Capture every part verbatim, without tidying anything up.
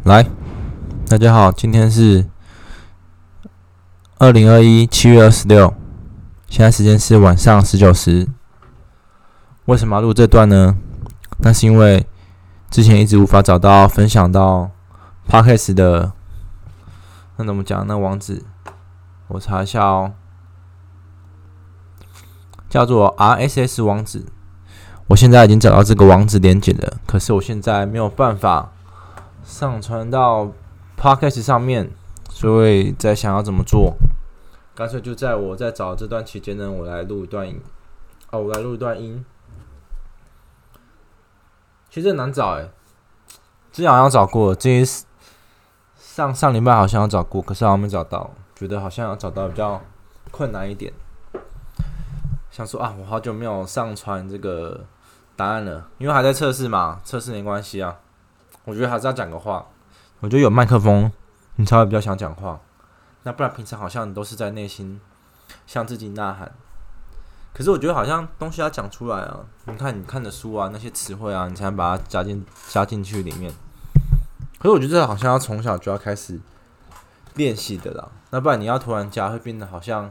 来，大家好，今天是二零二一七月二十六，现在时间是晚上十九时。为什么要录这段呢？那是因为之前一直无法找到分享到 Podcast 的那怎么讲？那网址我查一下哦，叫做 R S S 网址。我现在已经找到这个网址连结了，可是我现在没有办法上传到 Podcast 上面，所以在想要怎么做，干脆就在我在找这段期间呢，我来录一段音，哦，我来录一段音。其实很难找诶，之前好像找过，这些上上礼拜好像有找过，可是好像没找到，觉得好像要找到比较困难一点。想说啊，我好久没有上传这个答案了，因为还在测试嘛，测试没关系啊。我觉得还是要讲个话，我觉得有麦克风，你才会比较想讲话。那不然平常好像你都是在内心向自己呐喊。可是我觉得好像东西要讲出来啊，你看你看的书啊，那些词汇啊，你才能把它加进加进去里面。可是我觉得这好像要从小就要开始练习的啦，那不然你要突然加，会变得好像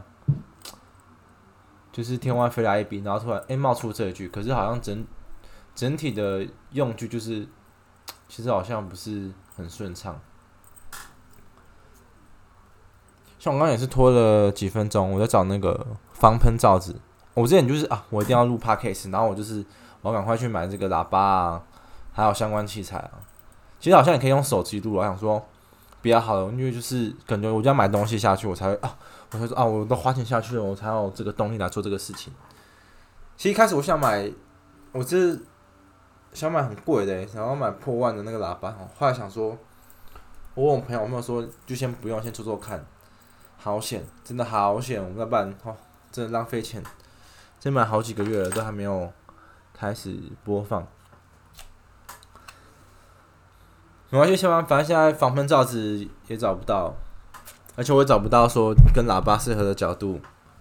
就是天外飞来一笔，然后突然哎、欸、冒出这一句，可是好像整整体的用句就是。其实好像不是很顺畅，像我刚刚也是拖了几分钟，我在找那个防喷罩子。我之前就是啊，我一定要录 podcast， 然后我就是我要赶快去买这个喇叭啊，还有相关器材啊。其实好像也可以用手机录，我想说比较好了，因为就是感觉我就要买东西下去，我才会啊，我会说啊，我都花钱下去了，我才有这个动力来做这个事情。其实一开始我想买，我这。想买很贵的、欸，想要买破万的那个喇叭，后来想说，我问我朋友，我朋友说就先不用，先做做看，好险，真的好险，我们要不然哦，真的浪费钱，真买好几个月了，都还没有开始播放。没关系，反正现在防喷罩子也找不到，而且我也找不到说跟喇叭适合的角度，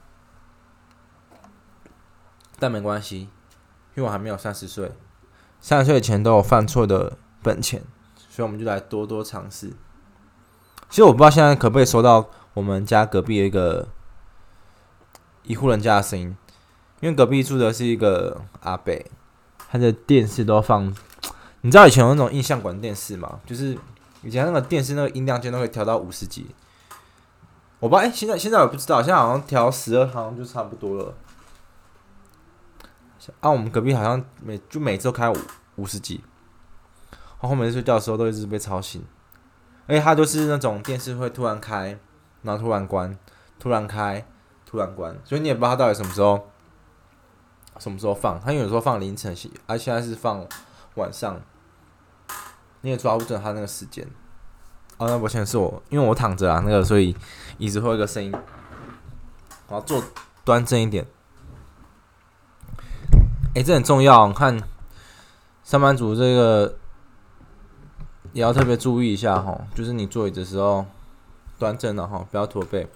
但没关系，因为我还没有三十岁。三十岁前都有犯错的本钱，所以我们就来多多尝试。其实我不知道现在可不可以收到我们家隔壁的一个一户人家的声音，因为隔壁住的是一个阿伯，他的电视都放，你知道以前有那种映像管电视吗？就是以前那个电视那个音量键都可以调到五十级，我不知道，哎、欸，现在现在我不知道，现在好像调十二，好像就差不多了。啊，我们隔壁好像每就每次都开五五十集，然后每次睡觉的时候都一直被吵醒，而且他就是那种电视会突然开，然后突然关，突然开，突然关，所以你也不知道他到底什么时候什么时候放，他有时候放凌晨，而现在是放晚上，你也抓不准他那个时间。哦，那抱歉是我，因为我躺着啊，那个所以椅子会有一个声音，我要坐端正一点。哎、欸，这很重要。看上班族这个也要特别注意一下哈，就是你坐椅子的时候端正了哈，不要驼背。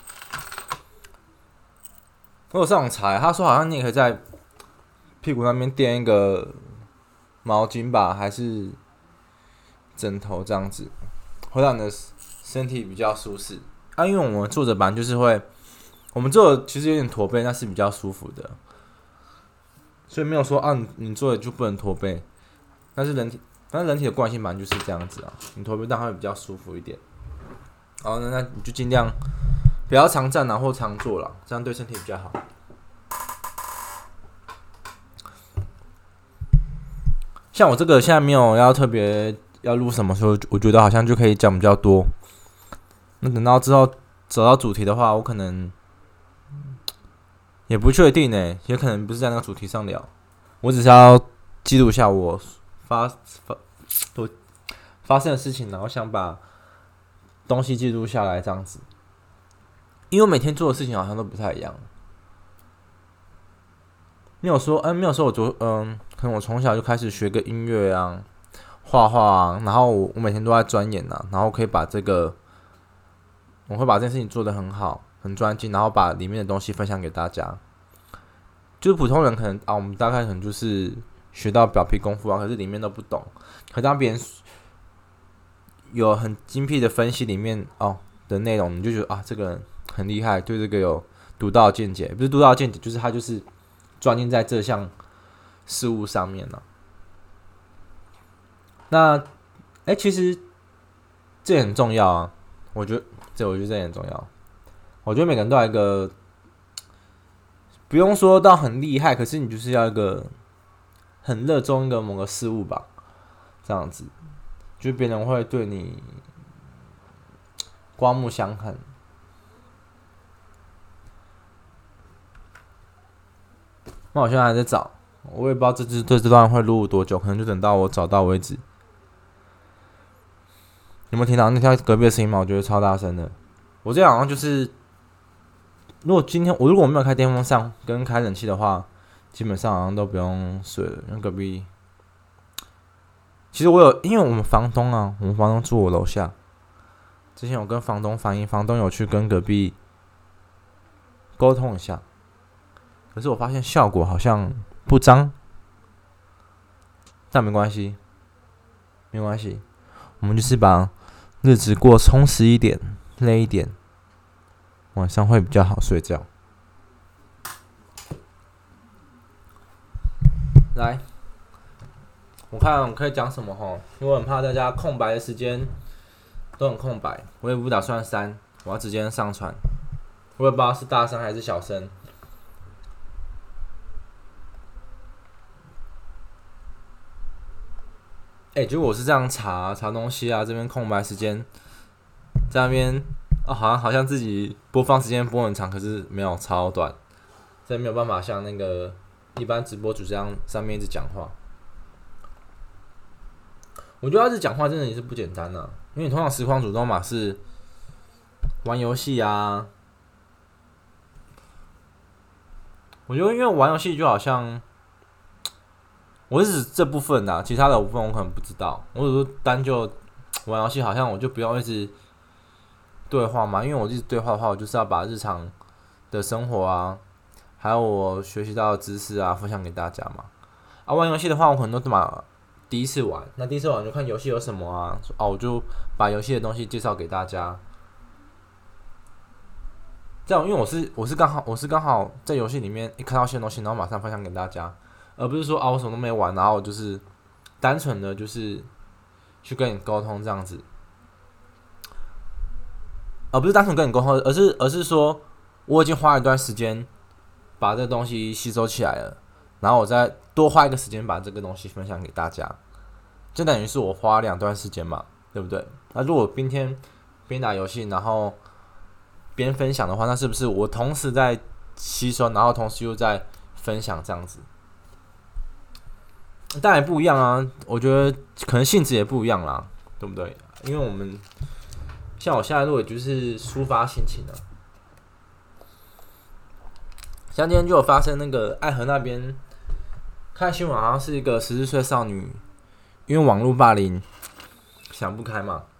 我有上网查，他说好像你也可以在屁股那边垫一个毛巾吧，还是枕头这样子，会让你的身体比较舒适。啊，因为我们坐着本来就是会，我们坐的其实有点驼背，那是比较舒服的。所以没有说啊，你做的就不能驼背，但是人体，但是人体的惯性本来就是这样子啊，你驼背当然会比较舒服一点。好，那那你就尽量不要常站啊，或常坐啦，这样对身体比较好。像我这个现在没有要特别要录什么时候，我觉得好像就可以讲比较多。那等到之后找到主题的话，我可能。也不确定诶，也可能不是在那个主题上聊。我只是要记录一下我发发我发生的事情，然后想把东西记录下来，这样子。因为我每天做的事情好像都不太一样。没有说，嗯，没有说我昨嗯，可能我从小就开始学个音乐啊，画画啊，然后我我每天都在钻研啊，然后可以把这个，我会把这件事情做得很好。很专精，然后把里面的东西分享给大家。就是普通人可能啊，我们大概可能就是学到表皮功夫啊，可是里面都不懂。可当别人有很精辟的分析里面哦的内容，你就觉得啊，这个人很厉害，对这个有独到的见解，不是独到的见解，就是他就是钻进在这项事物上面了。那哎、欸，其实这也很重要啊，我觉得这我觉得这也很重要。我觉得每个人都有一个，不用说到很厉害，可是你就是要一个很热衷一个某个事物吧，这样子，就别人会对你刮目相看。那我现在还在找，我也不知道这这这段会录多久，可能就等到我找到为止。有没有听到那条隔壁的声音吗？我觉得超大声的。我这好像就是，如果今天我如果我没有开电风扇跟开冷气的话，基本上好像都不用睡了。因为隔壁，其实我有，因为我们房东啊，我们房东住我楼下。之前我跟房东反映，房东有去跟隔壁沟通一下，可是我发现效果好像不彰，但没关系，没关系，我们就是把日子过充实一点，累一点，晚上会比较好睡觉。来，我看我可以讲什么齁，因为我很怕大家空白的时间都很空白，我也不打算删，我要直接上传，我也不知道是大声还是小声。哎、欸，结果我是这样查查东西啊，这边空白时间在那边哦，好像好像自己播放时间播很长，可是没有超短，所以没有办法像那个一般直播主这样上面一直讲话。我觉得要是讲话真的也是不简单啊，因为你通常实况主都嘛是玩游戏啊，我觉得因为玩游戏就好像。我是指这部分啊，其他的部分我可能不知道。我只是单就玩游戏，好像我就不用一直对话嘛，因为我一直对话的话，我就是要把日常的生活啊，还有我学习到的知识啊，分享给大家嘛。啊，玩游戏的话，我可能都嘛第一次玩，那第一次玩就看游戏有什么啊，哦，我就把游戏的东西介绍给大家。这样，因为我是我是刚好我是刚好在游戏里面一看到新的东西，然后马上分享给大家。而不是说啊，我什么都没玩，然后我就是单纯的就是去跟你沟通这样子，而不是单纯跟你沟通，而是而是说我已经花一段时间把这个东西吸收起来了，然后我再多花一个时间把这个东西分享给大家，就等于是我花两段时间嘛，对不对？那如果今天边打游戏然后边分享的话，那是不是我同时在吸收，然后同时又在分享这样子？当然不一样啊，我觉得可能性质也不一样啦，对不对？因为我们像我现在录的就是抒发心情啊，像今天就有发生那个爱河那边看新闻，好像是一个十四岁少女因为网络霸凌想不开嘛，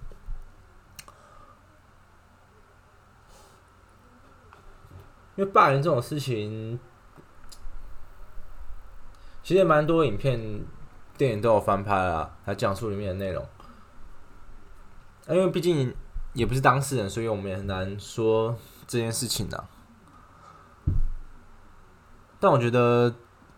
因为霸凌这种事情。其实蛮多影片、电影都有翻拍啦，来讲述里面的内容。因为毕竟也不是当事人，所以我们也很难说这件事情啊。但我觉得，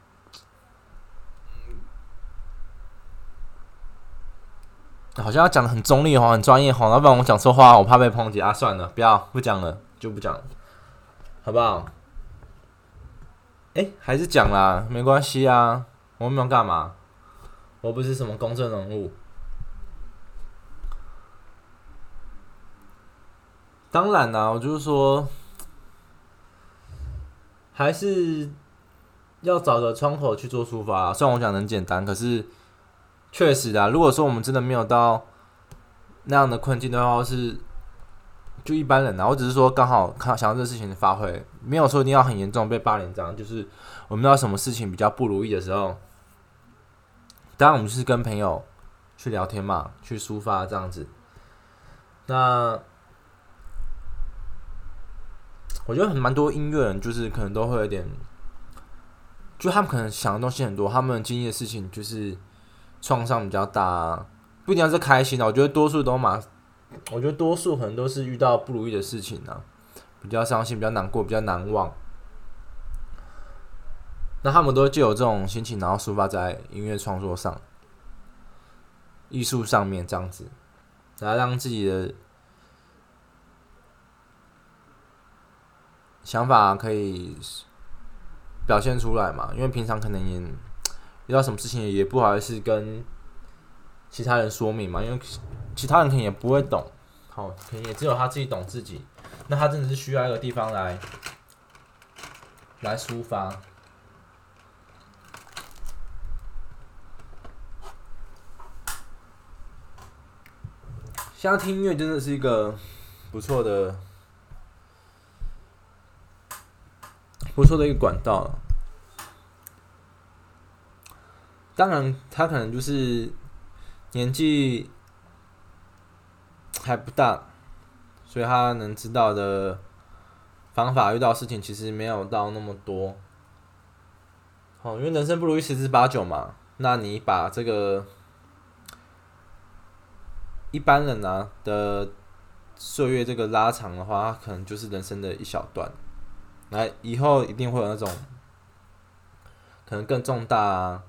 好像要讲的很中立哦，很专业哦，要不然我讲错话，我怕被抨击啊。算了，不要不讲了，就不讲了，好不好？哎、欸，还是讲啦，没关系啊，我没有干嘛，我不是什么公众人物。当然啦，我就是说，还是要找个窗口去做抒发啦。虽然我讲的很简单，可是确实啊，如果说我们真的没有到那样的困境的话，是就一般人啊，我只是说刚好看想到这个事情的发挥，没有说一定要很严重被霸凌这样，就是我们遇到什么事情比较不如意的时候，当然我们就是跟朋友去聊天嘛，去抒发这样子。那我觉得很蛮多音乐人就是可能都会有点，就他们可能想的东西很多，他们经历的事情就是创伤比较大啊， 不一定要是开心的，我觉得多数都嘛，我觉得多数可能都是遇到不如意的事情啊，比较伤心、比较难过、比较难忘。那他们都就有这种心情，然后抒发在音乐创作上、艺术上面这样子，然后让自己的想法可以表现出来嘛。因为平常可能也遇到什么事情也不好意思跟其他人说明嘛，因为其他人可能也不会懂，好，可能也只有他自己懂自己。那他真的是需要一个地方来来抒发。现在听音乐真的是一个不错的、不错的一个管道了。当然，他可能就是年纪还不大，所以他能知道的方法、遇到事情其实没有到那么多。好，因为人生不如意十之八九嘛。那你把这个一般人啊的岁月这个拉长的话，它可能就是人生的一小段。那以后一定会有那种可能更重大啊，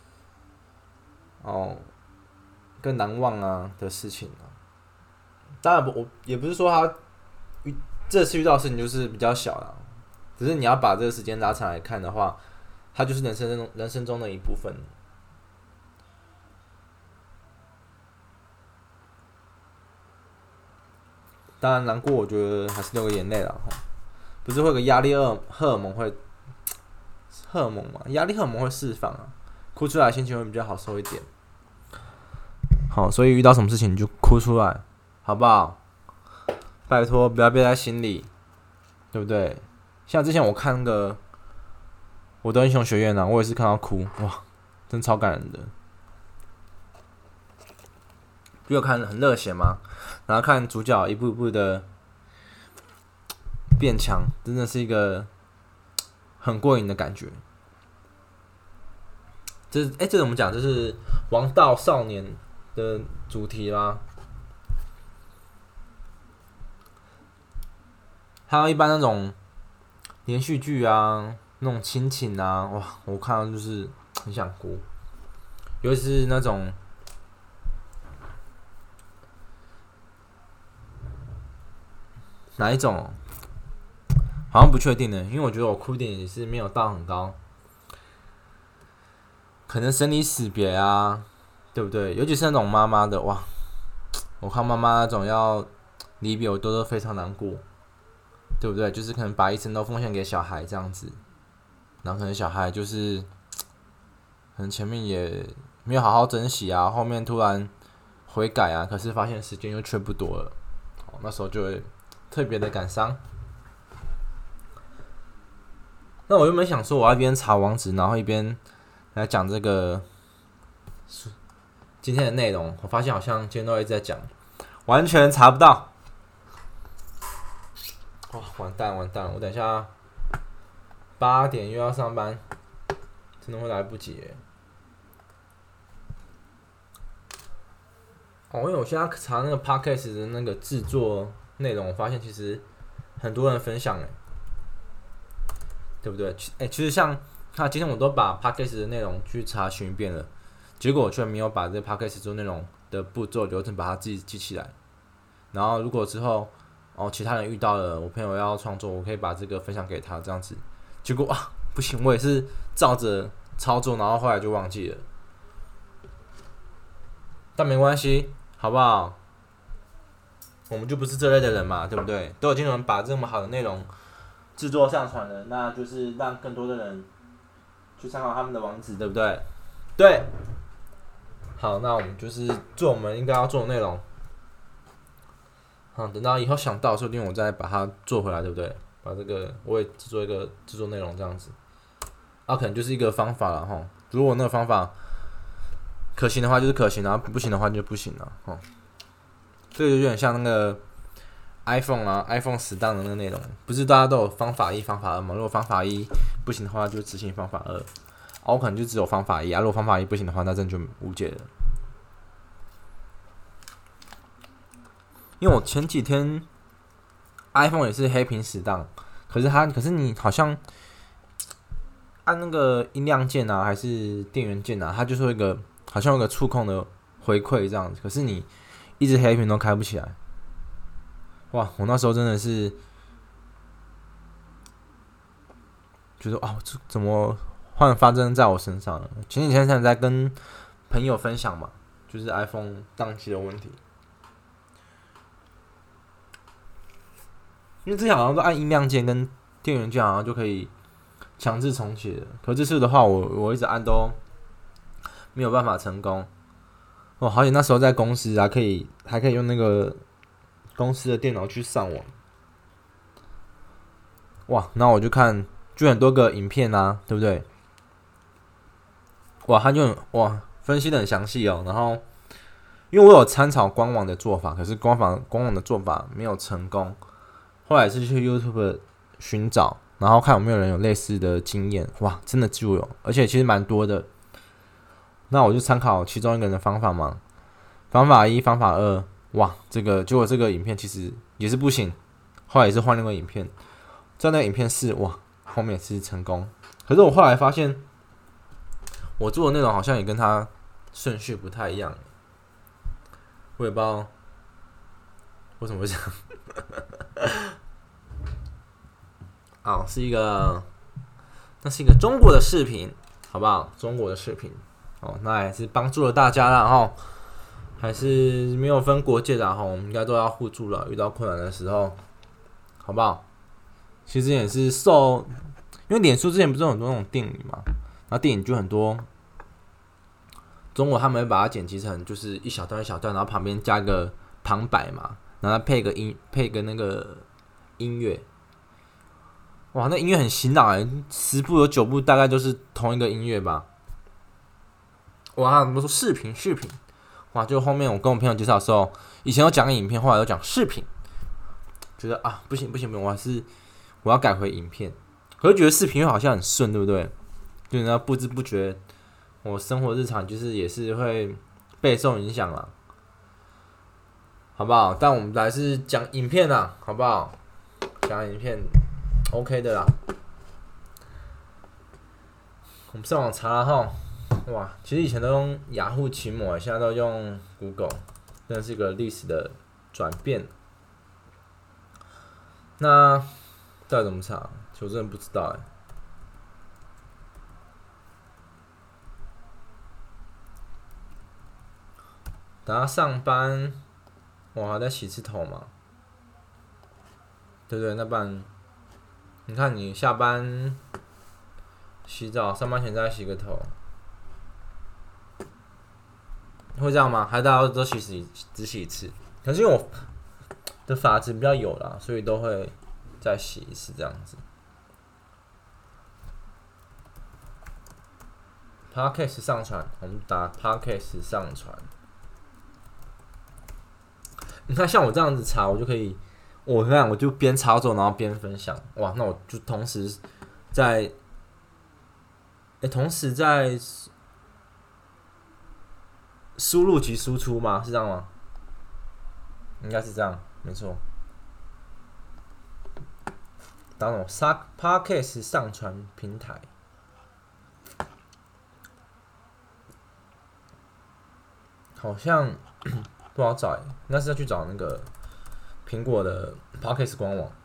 哦，更难忘啊的事情啊。当然我也不是说他这次遇到的事情就是比较小啦，只是你要把这个时间拉长来看的话，它就是人生中人生中的一部分。当然难过，我觉得还是流个眼泪啦，不是会有个压力荷荷尔蒙会荷尔蒙嘛？压力荷尔蒙会释放啊，哭出来心情会比较好受一点。好，所以遇到什么事情你就哭出来，好不好？拜托，不要憋在心里，对不对？像之前我看那个《我的英雄学院》啊，我也是看到哭，哇，真超感人的。不有看很热血吗？然后看主角一步一步的变强，真的是一个很过瘾的感觉。这哎、欸，这怎么讲？这是王道少年的主题啦。还有一般那种连续剧啊，那种亲情啊，哇，我看到就是很想哭，尤其是那种。哪一种？好像不确定的，因为我觉得我哭点也是没有到很高，可能生离死别啊，对不对？尤其是那种妈妈的，哇，我看妈妈那种要离别，我都非常难过，对不对？就是可能把一生都奉献给小孩这样子，然后可能小孩就是可能前面也没有好好珍惜啊，后面突然悔改啊，可是发现时间又却不多了，那时候就会特别的感伤。那我原本想说，我要一边查网址，然后一边来讲这个今天的内容。我发现好像今天都一直在讲，完全查不到。哇，完蛋完蛋！我等一下八点又要上班，真的会来不及耶。哦，因为我现在查那个 podcast 的那个制作内容，我发现其实很多人分享哎，对不对？哎、欸，其实像看今天我都把 podcast 的内容去查询一遍了，结果我却没有把这 podcast 做内容的步骤流程把它自己记起来。然后如果之后哦其他人遇到了，我朋友要创作，我可以把这个分享给他这样子。结果啊不行，我也是照着操作，然后后来就忘记了。但没关系，好不好？我们就不是这类的人嘛，对不对？都已经有人把这么好的内容制作上传了，那就是让更多的人去参考他们的网址，对不对？对。好，那我们就是做我们应该要做的内容。好，等到以后想到，说不定我再把它做回来，对不对？把这个我也制作一个制作内容这样子，啊，可能就是一个方法了哈。如果那个方法可行的话就是可行，然后不行的话就不行了哈。这个就有点像那个 iPhone 啊 ，iPhone 十档的那个内容，不是大家都有方法一、方法二吗？如果方法一不行的话，就执行方法二。啊，我可能就只有方法一啊。如果方法一不行的话，那真的就无解了。 因为我前几天 iPhone 也是黑屏死档，可是它可是你好像按那个音量键啊，还是电源键啊，它就是有一个好像有个触控的回馈这样子，可是你一直黑屏都开不起来。哇，我那时候真的是觉得哦，这怎么换发生在我身上了？前几天才在跟朋友分享嘛，就是 iPhone 宕机的问题。因为之前好像都按音量键跟电源键，好像就可以强制重启了。可这次的话我，我我一直按都没有办法成功。哦，好险那时候在公司啊，可以还可以用那个公司的电脑去上网。哇，那我就看就很多个影片啊，对不对？哇，他就哇分析的很详细哦。然后因为我有参考官网的做法，可是官网官网的做法没有成功。后来是去 YouTube 寻找，然后看有没有人有类似的经验。哇，真的就有，而且其实蛮多的。那我就参考其中一个人的方法嘛，方法一、方法二，哇，这个结果这个影片其实也是不行，后来也是换另外一个影片，在那个影片是哇，后面也是成功。可是我后来发现，我做的内容好像也跟他顺序不太一样，我也不知道为什么会这样。啊，是一个，那是一个中国的视频，好不好？中国的视频，哦，那也是帮助了大家啦，哈，还是没有分国界的哈，我们应该都要互助了。遇到困难的时候，好不好？其实也是受，因为脸书之前不是有很多那种电影嘛，然后电影就很多，中国他们会把它剪辑成就是一小段一小段，然后旁边加个旁白嘛，然后配个音，配个那个音乐。哇，那音乐很洗脑哎，十部有九部大概都是同一个音乐吧。哇，怎么说视频视频？哇，就后面我跟我朋友介绍的时候，以前都讲影片，后来都讲视频，觉得啊不行不行不行，我还是我要改回影片。可是觉得视频好像很顺，对不对？就那不知不觉，我生活日常就是也是会备受影响啦，好不好？但我们还是讲影片啦，好不好？讲影片。OK 的啦，我们上网查了哈，哇，其实以前都用雅虎奇摩，现在都用 Google， 真的是一个历史的转变。那到底怎么查？我真的不知道哎。等下上班，我还在洗次头嘛，对不对？那不然。你看，你下班洗澡，上班前再洗个头，会这样吗？还大家都洗洗只洗一次？可是因为我的发质比较油啦，所以都会再洗一次这样子。Podcast 上传，我们打 Podcast 上传。你看，像我这样子查，我就可以。我看，我就边操作，然后边分享。哇，那我就同时在，哎、欸，同时在输入及输出吗？是这样吗？应该是这样，没错。当然 ，Podcast 上传平台，好像不好找，应该是要去找那个。苹果的 Podcast 官网，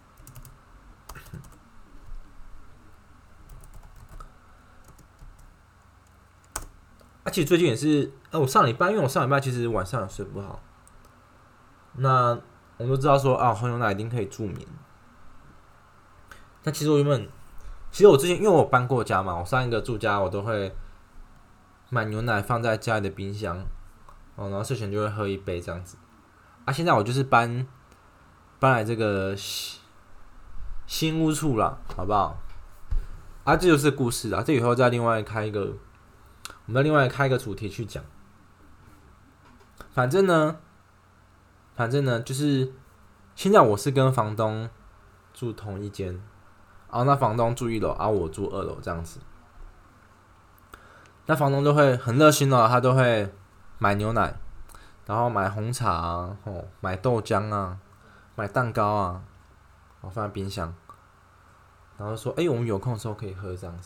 啊，其实最近也是，啊，我上礼拜，因为我上礼拜其实晚上也睡不好，那我们都知道说啊，喝牛奶一定可以助眠。那其实我原本，其实我之前因为我搬过家嘛，我上一个住家我都会买牛奶放在家里的冰箱，哦，然后睡前就会喝一杯这样子。啊，现在我就是搬搬来这个新屋处啦，好不好？啊，这就是故事啦，这以后再另外开一个，我们再另外开一个主题去讲。反正呢，反正呢，就是现在我是跟房东住同一间，啊，那房东住一楼，啊，我住二楼这样子。那房东都会很热心哦，他都会买牛奶。 然后买红茶啊，哦，买豆浆啊，买蛋糕啊，我放在冰箱，然后说，哎、欸，我们有空的时候可以喝这样子。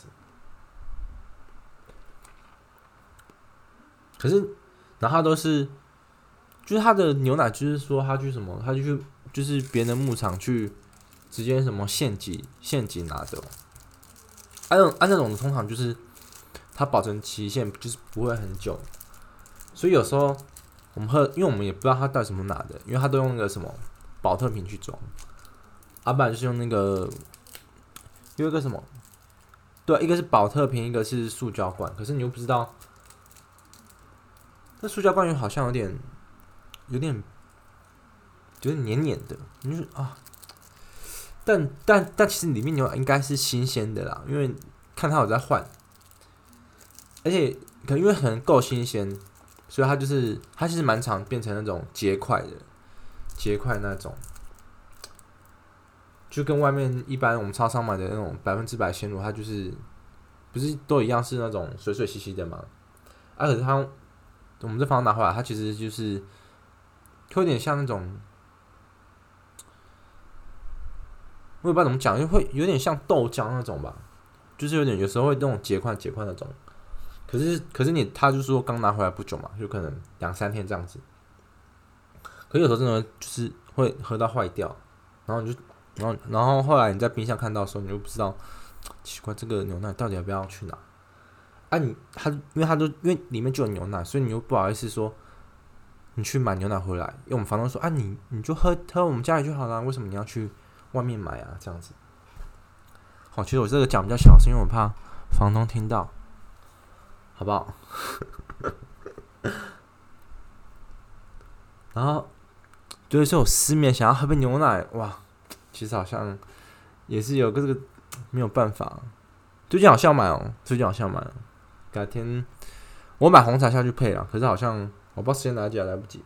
可是，然后他都是，就是他的牛奶，就是说他去什么，他就去，就是别人的牧场去，直接什么现挤现挤拿走。按按那种通常就是它保存期限就是不会很久，所以有时候我们喝，因为我们也不知道它到底什么拿的，因为它都用那个什么保特瓶去装，要不然就是用那个有一个什么，对，一个是保特瓶，一个是塑胶罐，可是你又不知道，那塑胶罐又好像有点有点有点黏黏的，你就啊。但但但其实里面牛奶应该是新鲜的啦，因为看它有在换，而且可能因为可能够新鲜，所以它就是它其实蛮常变成那种结块的结块那种，就跟外面一般我们超商买的那种百分之百鲜乳，它就是不是都一样是那种水水稀稀的嘛？啊，可是它我们这房拿回来，它其实就是会有点像那种。我也不知道怎么讲，就会有点像豆浆那种吧，就是有点有时候会那种结块结块那种。可是可是你他就说刚拿回来不久嘛，就可能两三天这样子。可是有时候真的就是会喝到坏掉，然后你就然后然后后来你在冰箱看到的时候，你就不知道奇怪这个牛奶到底要不要去拿。啊你他因为他都因为里面就有牛奶，所以你又不好意思说你去买牛奶回来，因为我们房东说啊你你就喝喝我们家里就好了，为什么你要去外面买啊，这样子。好，其实我这个讲比较小声，因为我怕房东听到，好不好？然后就是我失眠，想要喝杯牛奶，哇，其实好像也是有个这个没有办法。最近好像买哦，最近好像买哦，改天我买红茶下去配了，可是好像我不知道时间来得及，来不及。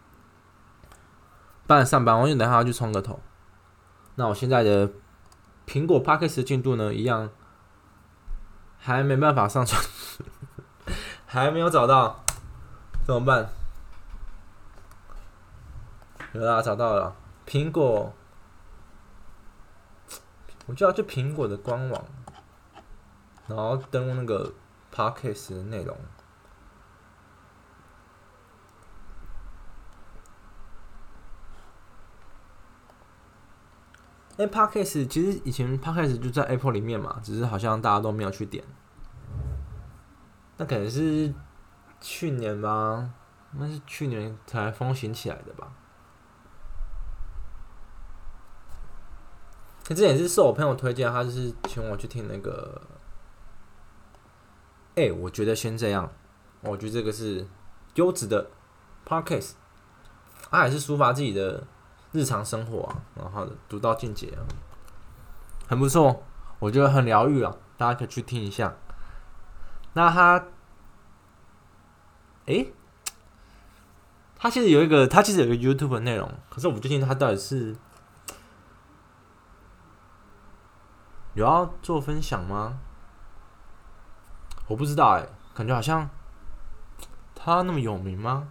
八点上班，我就等一下要去冲个头。那我现在的苹果 Podcast 的进度呢，一样还没办法上传，还没有找到，怎么办？有啦，找到了，苹果，我就要去苹果的官网，然后登录那个 Podcast 的内容。因为 Podcast 其实以前 Podcast 就在 Apple 里面嘛，只是好像大家都没有去点。那可能是去年吧，那是去年才风行起来的吧。这也是受我朋友推荐，他就是请我去听那个。哎、欸，我觉得先这样，我觉得这个是优质的 Podcast， 他还是抒发自己的日常生活啊，然后独到境界啊，很不错，我觉得很疗愈啊，大家可以去听一下。那他，哎、欸，他其实有一个，他其实有一个 YouTube 的内容，可是我不确定他到底是有要做分享吗？我不知道哎、欸，感觉好像他那么有名吗？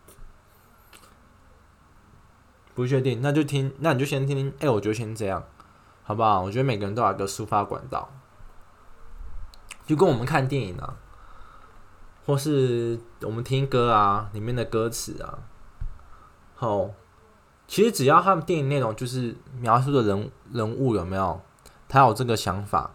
不确定，那就听，那你就先听听。哎、欸，我觉得先这样，好不好？我觉得每个人都有一个抒发管道，就跟我们看电影啊，或是我们听歌啊，里面的歌词啊，好，其实只要他们电影内容就是描述的人人物有没有，他有这个想法，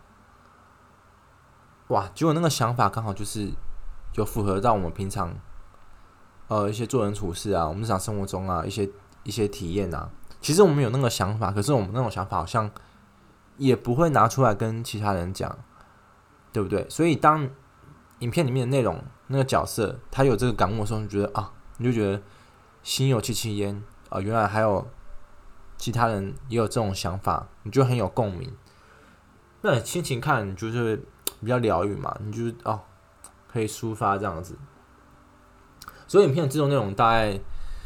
哇，结果那个想法刚好就是有符合到我们平常呃一些做人处事啊，我们日常生活中啊一些。一些体验啊，其实我们有那个想法，可是我们那种想法好像也不会拿出来跟其他人讲，对不对？所以当影片里面的内容那个角色他有这个感悟的时候，你觉得啊，你就觉得心有戚戚焉啊，原来还有其他人也有这种想法，你就很有共鸣。那你心情看，你就是比较疗愈嘛，你就是哦可以抒发这样子。所以影片的制作内容大概。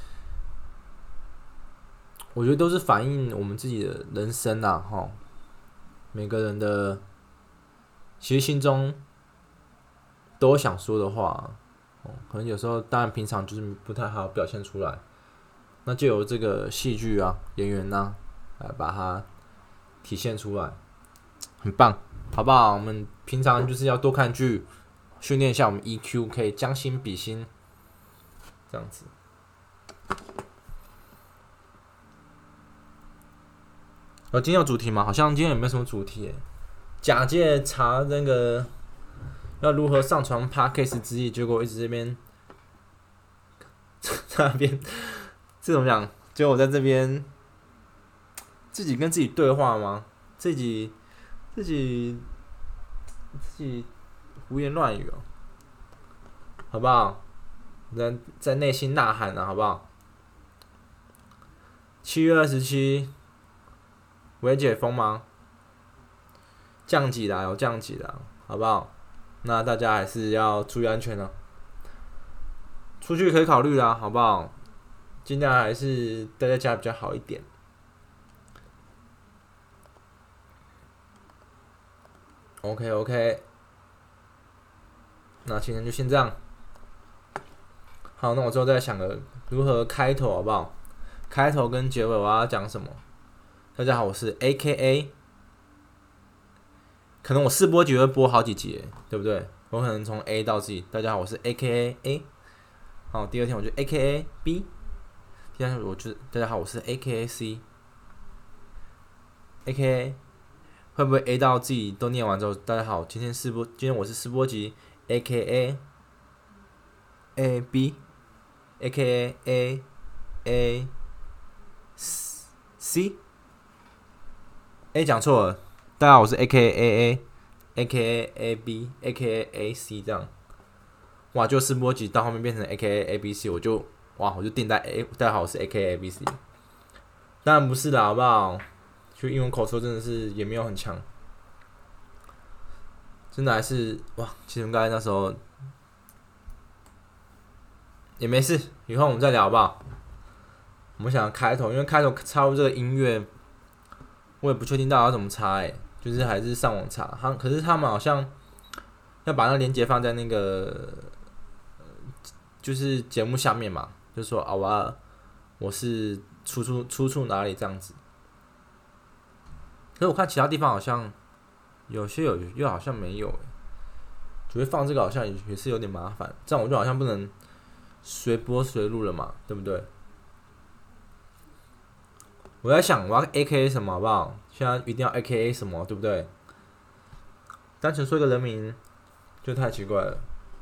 我觉得都是反映我们自己的人生啊，哈，每个人的其实心中都有想说的话， 哦，可能有时候当然平常就是不太好表现出来，那就由这个戏剧啊演员呐、啊、来把它体现出来，很棒，好不好？我们平常就是要多看剧，训练一下我们 E Q， 可以将心比心，这样子。我今天有主题吗？好像今天也没什么主题耶。假借查那个要如何上传 Podcast 之意，结果一直这边在那边这种讲，结果我在这边自己跟自己对话吗？自己自己自己胡言乱语哦，好不好？在在内心呐喊啊，好不好？七月二十七，微解封吗？降级啦，有降级啦，好不好？那大家还是要注意安全哦。出去可以考虑啦，好不好？尽量还是待在家比较好一点。OK OK， 那今天就先这样。好，那我之后再想个如何开头，好不好？开头跟结尾我要讲什么？大家好，我是 A K A， 可能我四波集会播好几集，对不对？我可能从 A 到 Z。大家好，我是 A K A A。好，第二天我就 A K A B。第三天我就大家好，我是 A K A C。A K A 会不会 A 到自己都念完之后，大家好，今天四波，今天我是四波集 A K A A B。A K A A A C。A 讲错了，大家好，我是 A K A A A K A A B A K A A C 这样。哇，就四波集到后面变成 A K A A B C， 我就哇，我就定在 A， 大家好，我是 A K A A B C。当然不是啦，好不好？就英文口说真的是也没有很强，真的还是哇，其实刚才那时候也没事，以后我们再聊好不好？我们想开头，因为开头插入这个音乐，我也不确定大家要怎么插哎、欸，就是还是上网查。他可是他们好像要把那链接放在那个就是节目下面嘛，就说啊我要我是出处出处哪里这样子。可是我看其他地方好像有些有，又好像没有、欸，觉得放这个好像也是有点麻烦，这样我就好像不能随播随录了嘛，对不对？我在想我要 A K A 什么好不好？现在一定要 A K A 什么，对不对？单纯说一个人名就太奇怪了。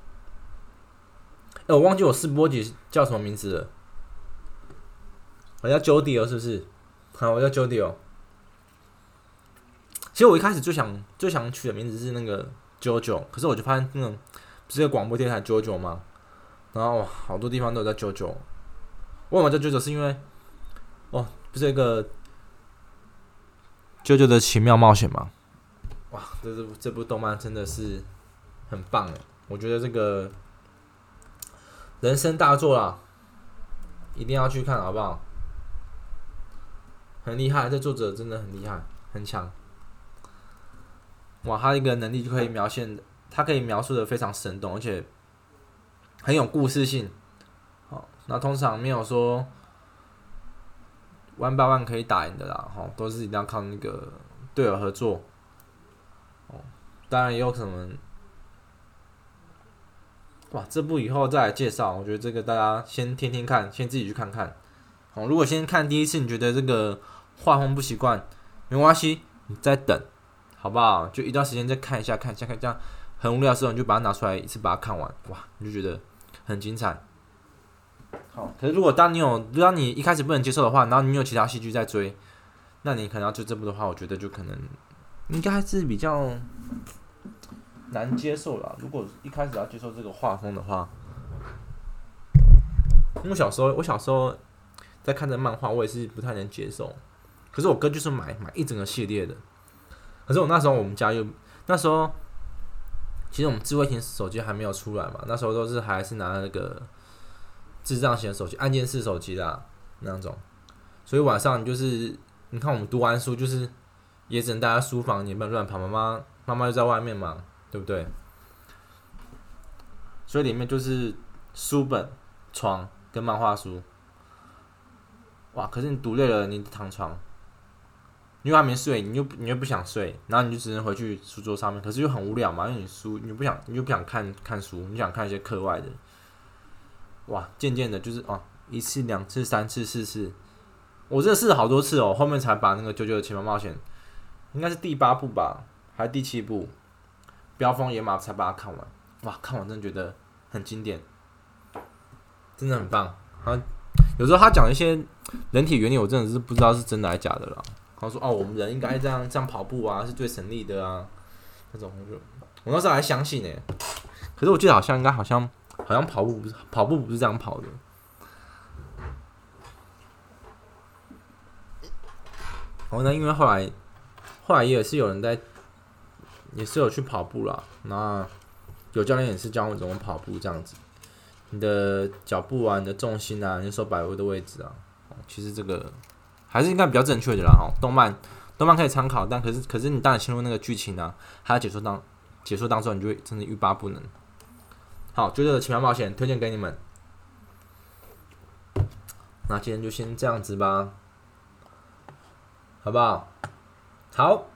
哎、欸，我忘记我四波集叫什么名字了。我叫 Jody 哦，是不是？好，我叫 Jody 哦。其实我一开始最想最想取的名字是那个 JoJo， 可是我就发现那种不是个广播电台 JoJo 吗？然后好多地方都有在 JoJo。为什么叫 JoJo？ 是因为哦，不是一个 JoJo 的奇妙冒险吗？哇，这部这部动漫真的是很棒哎！我觉得这个人生大作啦，一定要去看，好不好？很厉害，这作者真的很厉害，很强。哇，他一个能力就可以描现，他可以描述的非常生动，而且很有故事性。好，那通常没有说 one by one 可以打赢的啦，哈，都是一定要靠那个队友合作。哦，当然也有可能，哇，这部以后再来介绍，我觉得这个大家先听听看，先自己去看看。好，如果先看第一次，你觉得这个画风不习惯，没关系，你再等，好不好？就一段时间再看一下，看一下，看这样很无聊的时候，你就把它拿出来一次把它看完，哇，你就觉得很精彩。好，可是如果当你有，当你一开始不能接受的话，然后你有其他戏剧在追，那你可能要追这部的话，我觉得就可能应该是比较难接受啦。如果一开始要接受这个画风的话，因为我小时候，我小时候在看这漫画，我也是不太能接受。可是我哥就是买买一整个系列的。可是我那时候我们家又那时候，其实我们智慧型手机还没有出来嘛，那时候都是还是拿那个智障型的手机，按键式手机啦那种。所以晚上就是你看我们读完书，就是也只能待在书房，也不能乱跑，妈妈妈妈就在外面嘛，对不对？所以里面就是书本、床跟漫画书。哇！可是你读累了，你躺床，你又还没睡，你又你又不想睡，然后你就只能回去书桌上面，可是又很无聊嘛，因为你书你不想，你又不想看看书，你想看一些课外的。哇！渐渐的，就是哦，一次、两次、三次、四次，我真的试了好多次哦，后面才把那个《九九的奇妙冒险》，应该是第八部吧，还是第七部，《飙风野马》才把它看完。哇！看完真的觉得很经典，真的很棒。他有时候他讲一些人体原理，我真的是不知道是真的还是假的啦。他说：“哦，我们人应该这样这样跑步啊，是最省力的啊。”那种我就我那时候还相信呢、欸，可是我记得好像应该好像好像跑步不是跑步不是这样跑的。然后呢，因为后来后来也是有人在，也是有去跑步啦。那有教练也是教我怎么跑步这样子。你的脚步啊，你的重心啊，你手摆位的位置啊，其实这个还是应该比较正确的啦。哦，动漫动漫可以参考，但可是可是你当你进入那个剧情啊，还有解说当解说当中，你就会真的欲罢不能。好，《九九的奇妙冒险》推荐给你们。那今天就先这样子吧，好不好？好。